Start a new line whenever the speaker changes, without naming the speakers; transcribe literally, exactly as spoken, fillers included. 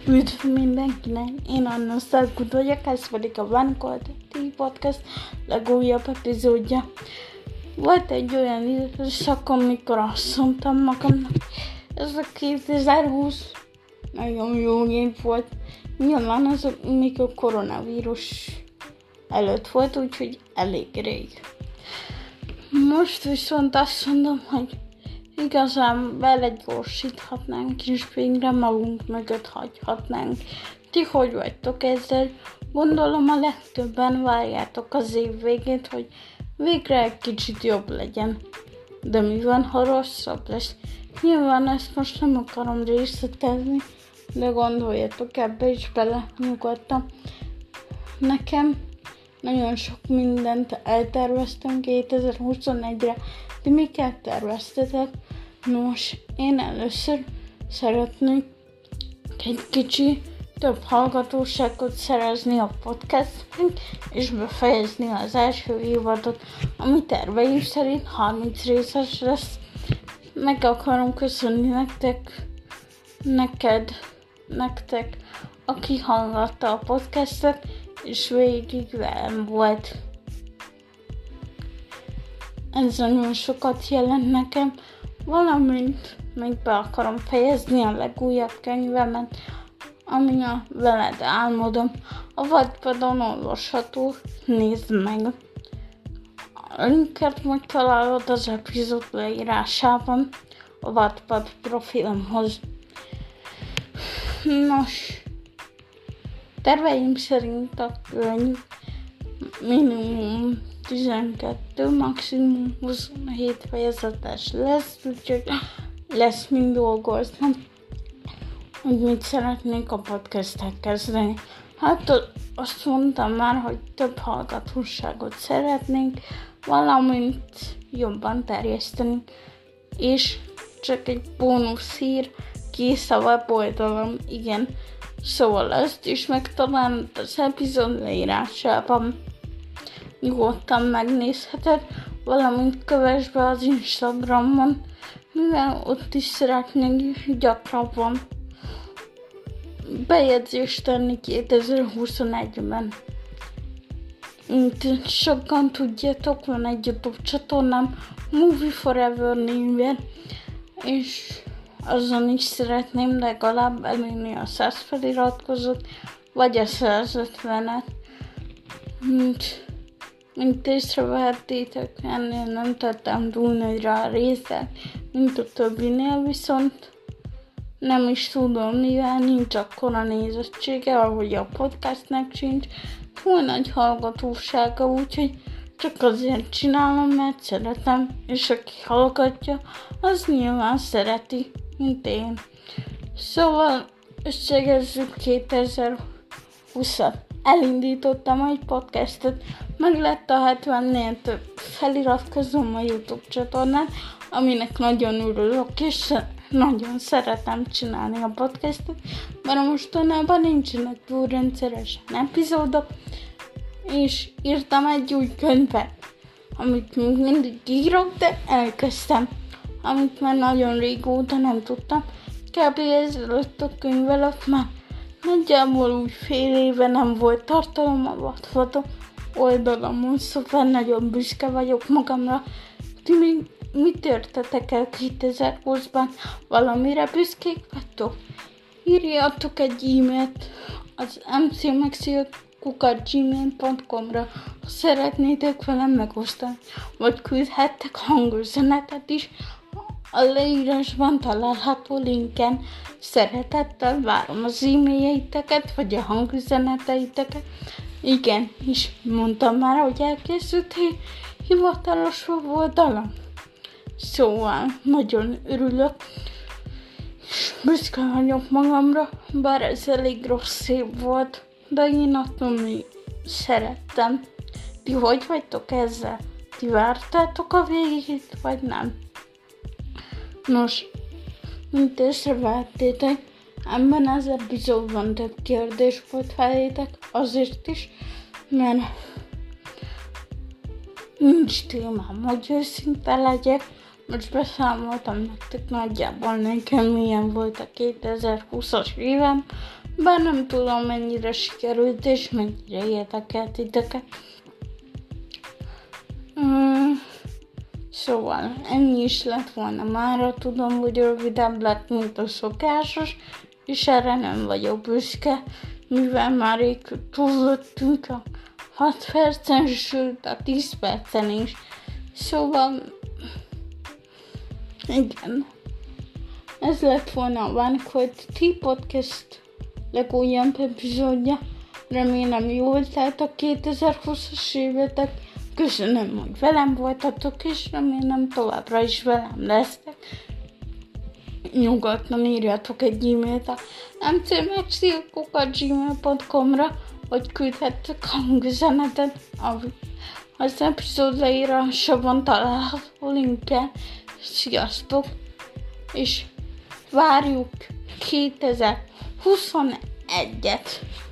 Üdv mindenkinek, én Anna Szalkut vagyok, ez pedig a Vankod Podcast legújabb epizódja. Volt egy olyan időszak, amikor azt mondtam magamnak, ez a kétezer-húsz nagyon jó év volt. Nyilván az, mikor koronavírus előtt volt, úgyhogy elég rég. Most viszont azt mondom, hogy igazán belegyorsíthatnánk, és végre magunk mögött hagyhatnánk. Ti hogy vagytok ezzel? Gondolom a legtöbben várjátok az év végét, hogy végre egy kicsit jobb legyen. De mi van, ha rosszabb lesz? Nyilván ezt most nem akarom részletezni, de gondoljatok ebbe is bele nyugodtan. Nekem nagyon sok mindent elterveztem kétezer-huszonegyre, de miket terveztetek? Nos, én először szeretnék egy kicsi több hallgatóságot szerezni a podcastnek, és befejezni az első évadot, ami terveim szerint harminc részes lesz. Meg akarom köszönni nektek, neked, nektek, aki hallgatta a podcastet, és végig velem volt. Ez nagyon sokat jelent nekem, valamint még be akarom fejezni a legújabb könyvemet, ami a Veled álmodom. A Wattpadon olvasható, nézd meg. A linket megtalálod az epizód leírásában a Wattpad profilomhoz. Nos, terveim szerint a könyv minimum tizenkettő, maximum huszonhét fejezetes lesz, úgyhogy lesz mind dolgoznom, hogy mit szeretnék a podcasttel kezdeni. Hát azt mondtam már, hogy több hallgatóságot szeretnénk, valamint jobban terjeszteni, és csak egy bónusz hír, kész a weboldalam, igen, szóval ezt is megtalálod az epizód leírásában. Nyugodtan megnézheted, valamint kövess be az Instagramon, mivel ott is szeretnék gyakrabban bejegyzést tenni kétezer-huszonegyben. Mint sokan tudjátok, van egy YouTube csatornám, Movie Forever néven, és azon is szeretném legalább elérni a száz feliratkozót, vagy a száz ötvenet. Mint, mint észrevehettétek, ennél nem tettem túl nagyra a részlet, mint a többinél, viszont nem is tudom, mivel nincs akkora nézettsége, ahogy a podcastnek sincs, túl nagy hallgatósága, úgyhogy csak azért csinálom, mert szeretem, és aki hallgatja, az nyilván szereti, mint én. Szóval összegezzük kétezer-húszat. Elindítottam egy podcastot, meg lett a hetvennél több feliratkozom a YouTube csatornán, aminek nagyon örülök, és nagyon szeretem csinálni a podcastot, mert mostanában nincsenek túl rendszeresen epizódok, és írtam egy új könyvet, amit még mindig írok, de elkezdtem, amit már nagyon régóta nem tudtam. Kb. Ezelőtt a könyv előtt már nagyjából úgy fél éve nem volt tartalom a Wattpadon oldalamon, szóval nagyon büszke vagyok magamra. Ti még mit értetek el kétezer-húszban? Valamire büszkék vagytok? Írjatok egy e-mailt az mcmaxiot kukac gmail pont com-ra, ha szeretnétek velem megosztani, vagy küldhettek hangüzenetet is a leírásban található linken. Szeretettel várom az e-mailjegyeket, vagy a hangüzeneteiteket. Igen, és mondtam már, hogy elkészült hivatalos oldalam. Szóval nagyon örülök, és büszke vagyok magamra, bár ez elég rossz év volt, de én attól még szerettem. Ti hogy vagytok ezzel? Ti vártátok a végét, vagy nem? Nos, mint észrevettétek, ebben az epizódban több kérdés volt felétek, azért is, mert nincs témám, hogy őszinte legyek. Most beszámoltam nektek nagyjából nekem milyen volt a kétezer-húszas évem, bár nem tudom, mennyire sikerült és mennyire érdekelt titeket. Mm, szóval ennyi is lett volna mára, tudom, hogy rövidebb lett, mint a szokásos, és erre nem vagyok büszke, mivel már rég túllöttünk a hat percen, sőt a tíz percen is. Szóval, igen, ez lett volna a Vanquoit Tea Podcast legújabb epizódja. Remélem jól telt a kétezer-húszas évetek. Köszönöm, hogy velem voltatok, és remélem továbbra is velem lesztek. Nyugodtan írjatok egy e-mailt a em cé megszilkok at gmail pont com-ra, vagy küldhettek hangüzenetet az epizód leírásában található linkkel. Sziasztok! És várjuk kétezer-huszonegyet!